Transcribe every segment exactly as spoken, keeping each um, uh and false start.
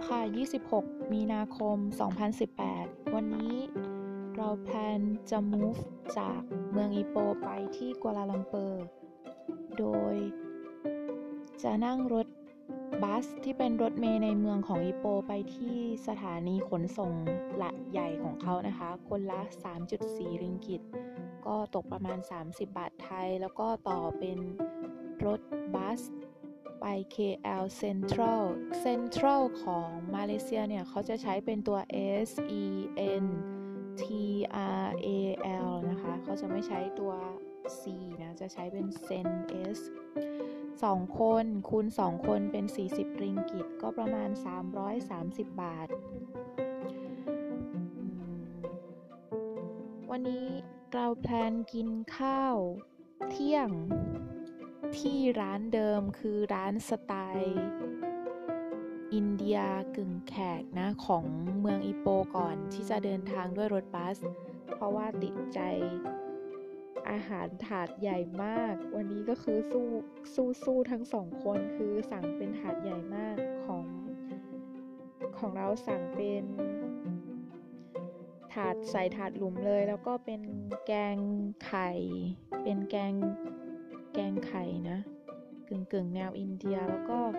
ค่ะยี่สิบหกมีนาคมสองพันสิบแปดวันนี้เราแพลนจะ move จากเมืองอีโปไปที่กัวลาลัมเปอร์โดยจะนั่งรถบัสที่เป็นรถเมล์ในเมืองของอีโปไปที่สถานีขนส่งหลักใหญ่ของเขานะคะคนละ สามจุดสี่ ริงกิตก็ตกประมาณสามสิบบาทไทยแล้วก็ต่อเป็นรถบัสไป เค แอล Central Central ของมาเลเซียเนี่ยเขาจะใช้เป็นตัว S E N T R A L นะคะเขาจะไม่ใช้ตัว C นะจะใช้เป็น Cen S สองคนคูณสองคนเป็นสี่สิบริงกิตก็ประมาณสามร้อยสามสิบบาทวันนี้เราแพลนกินข้าวเที่ยงที่ร้านเดิมคือร้านสไตล์อินเดียกึ่งแขกนะของเมืองอีโปก่อนที่จะเดินทางด้วยรถบัสเพราะว่าติดใจอาหารถาดใหญ่มากวันนี้ก็คือสู้สู้สู้ทั้งสองคนคือสั่งเป็นถาดใหญ่มากของของเราสั่งเป็นถาดใส่ถาดหลุมเลยแล้วก็เป็นแกงไข่เป็นแกงแกงไข่นะกึ่งกึ่งแนวอินเดียแล้วก็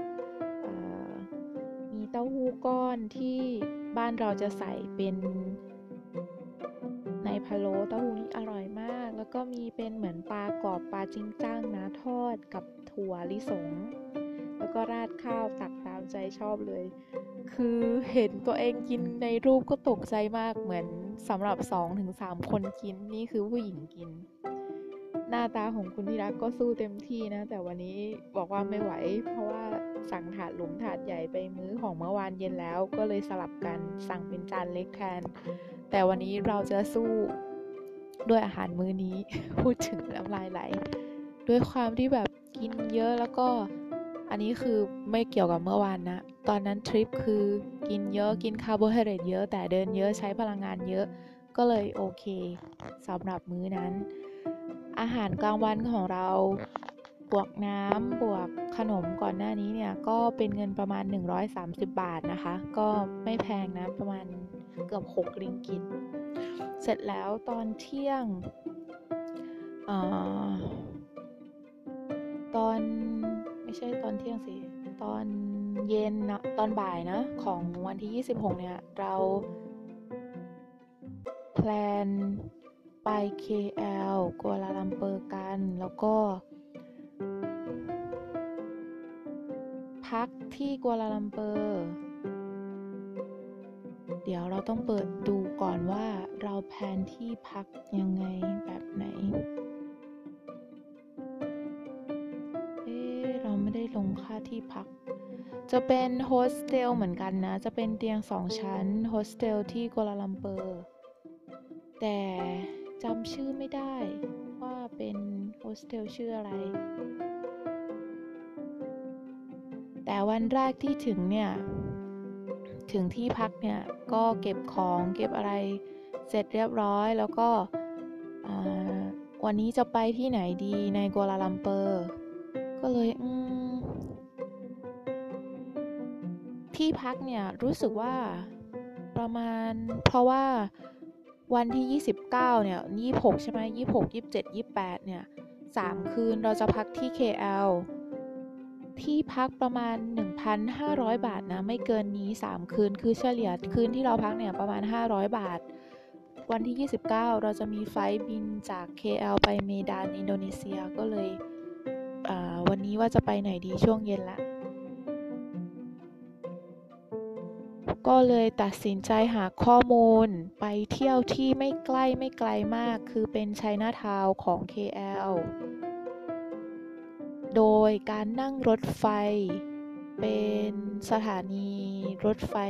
มีเต้าหู้ก้อนที่บ้านเราจะใส่เป็นในพะโล้เต้าหู้นี่อร่อยมากแล้วก็มีเป็นเหมือนปลากรอบปลาจิ้งจ้างนะทอดกับถั่วลิสงแล้วก็ราดข้าวตักตามใจชอบเลยคือเห็นตัวเองกินในรูปก็ตกใจมากเหมือนสำหรับ สองถึงสาม คนกินนี่คือผู้หญิงกินหน้าตาของคุณที่รักก็สู้เต็มที่นะแต่วันนี้บอกว่าไม่ไหวเพราะว่าสั่งถาดหลุมถาดใหญ่ไปมื้อของเมื่อวานเย็นแล้วก็เลยสลับกันสั่งเป็นจานเล็กแทนแต่วันนี้เราจะสู้ด้วยอาหารมื้อนี้ พูดถึงน้ำลายไหลด้วยความที่แบบกินเยอะแล้วก็อันนี้คือไม่เกี่ยวกับเมื่อวานนะตอนนั้นทริปคือกินเยอะกินคาร์โบไฮเดรตเยอะแต่เดินเยอะใช้พลังงานเยอะก็เลยโอเคสำหรับมื้อนั้นอาหารกลางวันของเราบวกน้ำบวกขนมก่อนหน้านี้เนี่ยก็เป็นเงินประมาณหนึ่งร้อยสามสิบบาทนะคะก็ไม่แพงนะประมาณเกือบหกริงกิตเสร็จแล้วตอนเที่ยงเอ่อตอนไม่ใช่ตอนเที่ยงสิตอนเย็นนะตอนบ่ายนะของวันที่ยี่สิบหกเนี่ยเราแพลนไป เค แอล กัวลาลัมเปอร์กันแล้วก็พักที่กัวลาลัมเปอร์เดี๋ยวเราต้องเปิดดูก่อนว่าเราแพลนที่พักยังไงแบบไหนเอ๊ะเราไม่ได้ลงค่าที่พักจะเป็นโฮสเทลเหมือนกันนะจะเป็นเตียงสองชั้นโฮสเทลที่กัวลาลัมเปอร์แต่จำชื่อไม่ได้ว่าเป็นโฮสเทลชื่ออะไรแต่วันแรกที่ถึงเนี่ยถึงที่พักเนี่ยก็เก็บของเก็บอะไรเสร็จเรียบร้อยแล้วก็วันนี้จะไปที่ไหนดีในกัวลาลัมเปอร์ก็เลยอืมที่พักเนี่ยรู้สึกว่าประมาณเพราะว่าวันที่ยี่สิบเก้าเนี่ยยี่สิบหกใช่ไหมยี่สิบหก ยี่สิบเจ็ด ยี่สิบแปดเนี่ยสามคืนเราจะพักที่ เค แอล ที่พักประมาณ หนึ่งพันห้าร้อย บาทนะไม่เกินนี้สามคืนคือเฉลี่ยคืนที่เราพักเนี่ยประมาณห้าร้อยบาทวันที่ยี่สิบเก้าเราจะมีไฟล์บินจาก เค แอล ไปเมดานอินโดนีเซียก็เลยวันนี้ว่าจะไปไหนดีช่วงเย็นละก็เลยตัดสินใจหาข้อมูลไปเที่ยวที่ไม่ใกล้ไม่ไกลมากคือเป็นไชน่าทาวน์ของ เค แอล โดยการนั่งรถไฟเป็นสถานีรถไฟ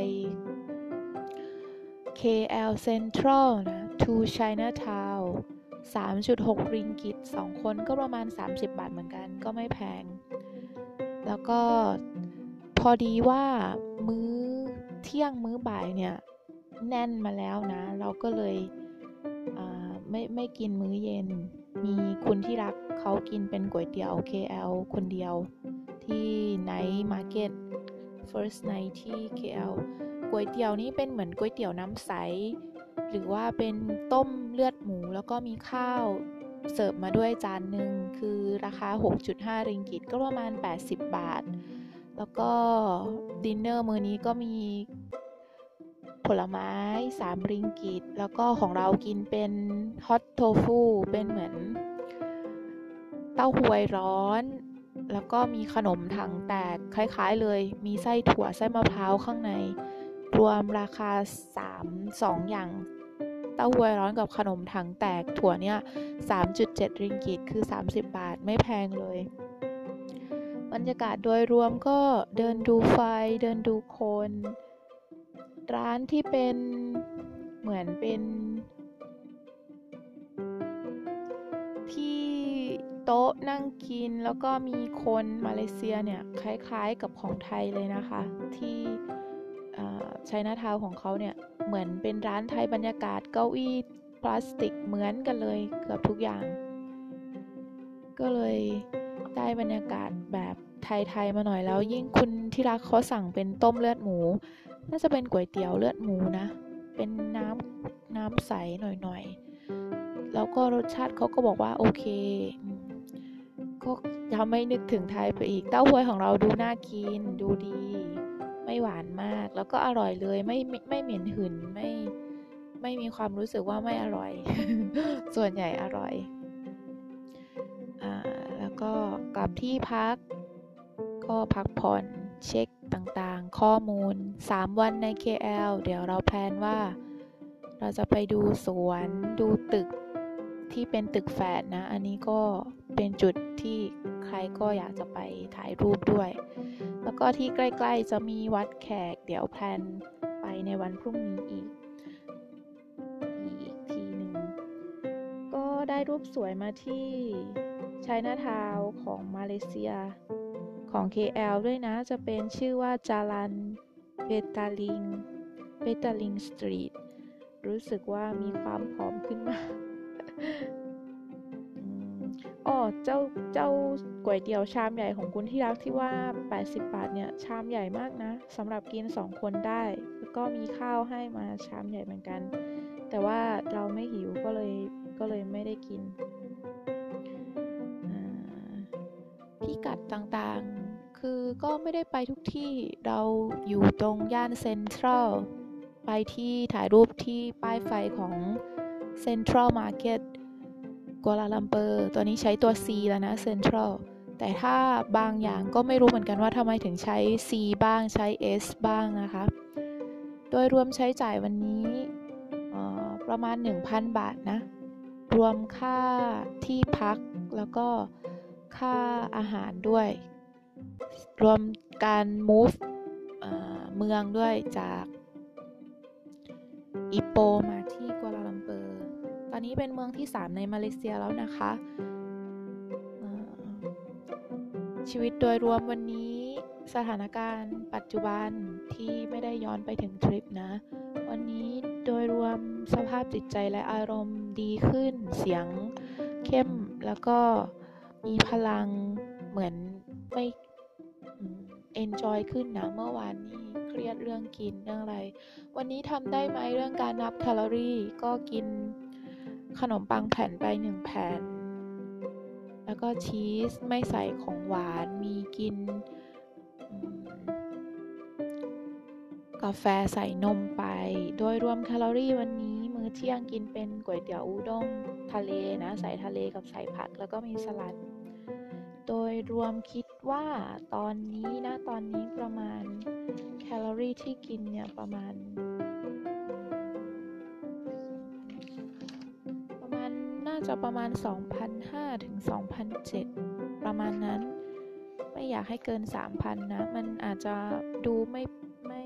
เค แอล Central นะ to Chinatown สามจุดหก ริงกิตสองคนก็ประมาณสามสิบบาทเหมือนกันก็ไม่แพงแล้วก็พอดีว่ามื้อเที่ยงมื้อบ่ายเนี่ยแน่นมาแล้วนะเราก็เลยไม่ไม่กินมื้อเย็นมีคุณที่รักเขากินเป็นก๋วยเตี๋ยว เค แอล คนเดียวที่ไนท์มาร์เก็ต First Night ที่ เค แอล ก๋วยเตี๋ยวนี้เป็นเหมือนก๋วยเตี๋ยวน้ำใสหรือว่าเป็นต้มเลือดหมูแล้วก็มีข้าวเสิร์ฟมาด้วยจานหนึ่งคือราคา หกจุดห้า ริงกิตก็ประมาณแปดสิบบาทแล้วก็ดินเนอร์มื้อนี้ก็มีผลไม้สามริงกิตแล้วก็ของเรากินเป็นฮอตโทฟูเป็นเหมือนเต้าหวยร้อนแล้วก็มีขนมถังแตกคล้ายๆเลยมีไส้ถั่วไส้มะพร้าวข้างในรวมราคาสาม สองอย่างเต้าหวยร้อนกับขนมถังแตกถั่วเนี่ย สามจุดเจ็ด ริงกิตคือสามสิบบาทไม่แพงเลยบรรยากาศโดยรวมก็เดินดูไฟเดินดูคนร้านที่เป็นเหมือนเป็นที่โต๊ะนั่งกินแล้วก็มีคนมาเลเซียเนี่ยคล้ายๆกับของไทยเลยนะคะที่ไชน่าทาวน์ของเขาเนี่ยเหมือนเป็นร้านไทยบรรยากาศเก้าอี้พลาสติกเหมือนกันเลยเกือบทุกอย่างก็เลยได้บรรยากาศแบบไทยๆมาหน่อยแล้วยิ่งคุณที่รักเขาสั่งเป็นต้มเลือดหมูน่าจะเป็นก๋วยเตี๋ยวเลือดหมูนะเป็นน้ำน้ำใสหน่อยๆแล้วก็รสชาติเขาก็บอกว่าโอเคก็ทำให้นึกถึงไทยไปอีกเต้าหวยของเราดูน่ากินดูดีไม่หวานมากแล้วก็อร่อยเลยไม่ไม่ไม่เหม็นหืนไม่ไม่มีความรู้สึกว่าไม่อร่อย ส่วนใหญ่อร่อยอ่าแล้วก็กลับที่พักก็พักผ่อนเช็คต่างๆข้อมูลสามวันใน เค แอล เดี๋ยวเราแพลนว่าเราจะไปดูสวนดูตึกที่เป็นตึกแฝดนะอันนี้ก็เป็นจุดที่ใครก็อยากจะไปถ่ายรูปด้วยแล้วก็ที่ใกล้ๆจะมีวัดแขกเดี๋ยวแพลนไปในวันพรุ่งนี้อีกอีกทีหนึ่งก็ได้รูปสวยมาที่ไชน่าทาวน์ของมาเลเซียของ เค แอล ด้วยนะจะเป็นชื่อว่าจารันเบตาลิงเบตาลิงสตรีทรู้สึกว่ามีความผอมขึ้นมาอ๋อเจ้าเจ้าก๋วยเตี๋ยวชามใหญ่ของคุณที่รักที่ว่าแปดสิบบาทเนี่ยชามใหญ่มากนะสำหรับกินสองคนได้แล้วก็มีข้าวให้มาชามใหญ่เหมือนกันแต่ว่าเราไม่หิวก็เลยก็เลยไม่ได้กินพิกัดต่างๆคือก็ไม่ได้ไปทุกที่เราอยู่ตรงย่านเซ็นทรัลไปที่ถ่ายรูปที่ป้ายไฟของเซ็นทรัลมาร์เก็ตกัวลาลัมเปอร์ตัวนี้ใช้ตัว C แล้วนะเซ็นทรัลแต่ถ้าบางอย่างก็ไม่รู้เหมือนกันว่าทำไมถึงใช้ C บ้างใช้ S บ้างนะคะโดยรวมใช้จ่ายวันนี้ประมาณ หนึ่งพัน บาทนะรวมค่าที่พักแล้วก็ค่าอาหารด้วยรวมการ move เมืองด้วยจากอิโปมาที่กัวลาลัมเปอร์ตอนนี้เป็นเมืองที่สามในมาเลเซียแล้วนะคะชีวิตโดยรวมวันนี้สถานการณ์ปัจจุบันที่ไม่ได้ย้อนไปถึงทริปนะวันนี้โดยรวมสภาพจิตใจและอารมณ์ดีขึ้นเสียงเข้มแล้วก็มีพลังเหมือนไม่เอนจอยขึ้นนะเมื่อวานนี้เครียดเรื่องกินเรื่องอะไรวันนี้ทำได้ไหมเรื่องการนับแคลอรี่ก็กินขนมปังแผ่นไปหนึ่งแผ่นแล้วก็ชีสไม่ใส่ของหวานมีกินกาแฟใส่นมไปโดยรวมแคลอรี่วันนี้มื้อเที่ยงกินเป็นก๋วยเตี๋ยวอูด้งทะเลนะใส่ทะเลกับใส่ผักแล้วก็มีสลัดโดยรวมคิดว่าตอนนี้นะตอนนี้ประมาณแคลอรี่ที่กินเนี่ยประมาณประมาณน่าจะประมาณ สองพันห้าร้อย ถึง สองพันเจ็ดร้อย ประมาณนั้นไม่อยากให้เกิน สามพัน นะมันอาจจะดูไม่ไม่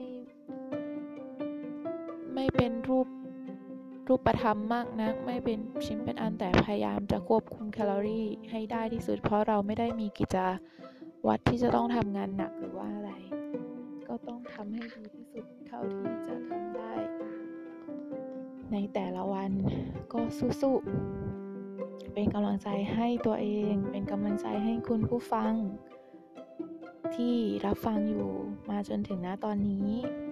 ไม่เป็นรูปรูปธรรมมากนักไม่เป็นชิ้นเป็นอันแต่พยายามจะควบคุมแคลอรี่ให้ได้ที่สุดเพราะเราไม่ได้มีกิจวัตรที่จะต้องทำงานหนักหรือว่าอะไรก็ต้องทำให้ดีที่สุดเท่าที่จะทำได้ในแต่ละวันก็สู้ๆเป็นกำลังใจให้ตัวเองเป็นกำลังใจให้คุณผู้ฟังที่รับฟังอยู่มาจนถึงณตอนนี้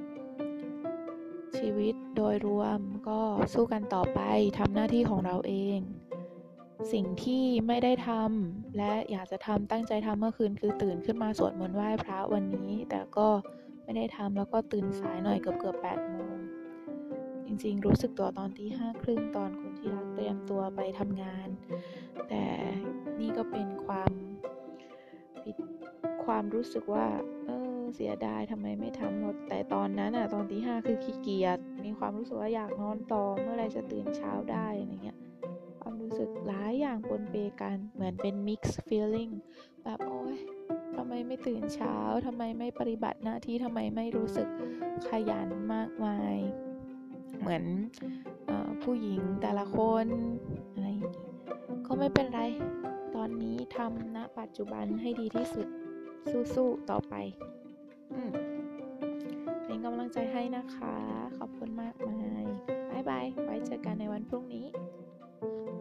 ชีวิตโดยรวมก็สู้กันต่อไปทำหน้าที่ของเราเองสิ่งที่ไม่ได้ทำและอยากจะทำตั้งใจทำเมื่อคืนคือตื่นขึ้นมาสวดมนต์ไหว้พระวันนี้แต่ก็ไม่ได้ทำแล้วก็ตื่นสายหน่อยเกือบเกือบแปดโมงจริงๆรู้สึกตัวตอนตีห้าครึ่งตอนคนที่รักเตรียมตัวไปทำงานแต่นี่ก็เป็นความผิดความรู้สึกว่าเออเสียดายทำไมไม่ทำแต่ตอนนั้นอ่ะตอนตีห้าคือขี้เกียจมีความรู้สึกว่าอยากนอนต่อเมื่อไรจะตื่นเช้าได้อะไรเงี้ยความรู้สึกหลายอย่างปนเปกันเหมือนเป็น mixed feeling แบบโอ๊ยทำไมไม่ตื่นเช้าทำไมไม่ปฏิบัติหน้าที่ทำไมไม่รู้สึกขยันมากมายเหมือนเอ่อผู้หญิงแต่ละคนอะไรอย่างนี้ก็ไม่เป็นไรตอนนี้ทำณปัจจุบันให้ดีที่สุดสู้ๆต่อไปอืมเป็นกำลังใจให้นะคะขอบคุณมากมายบ๊ายบายไว้เจอกันในวันพรุ่งนี้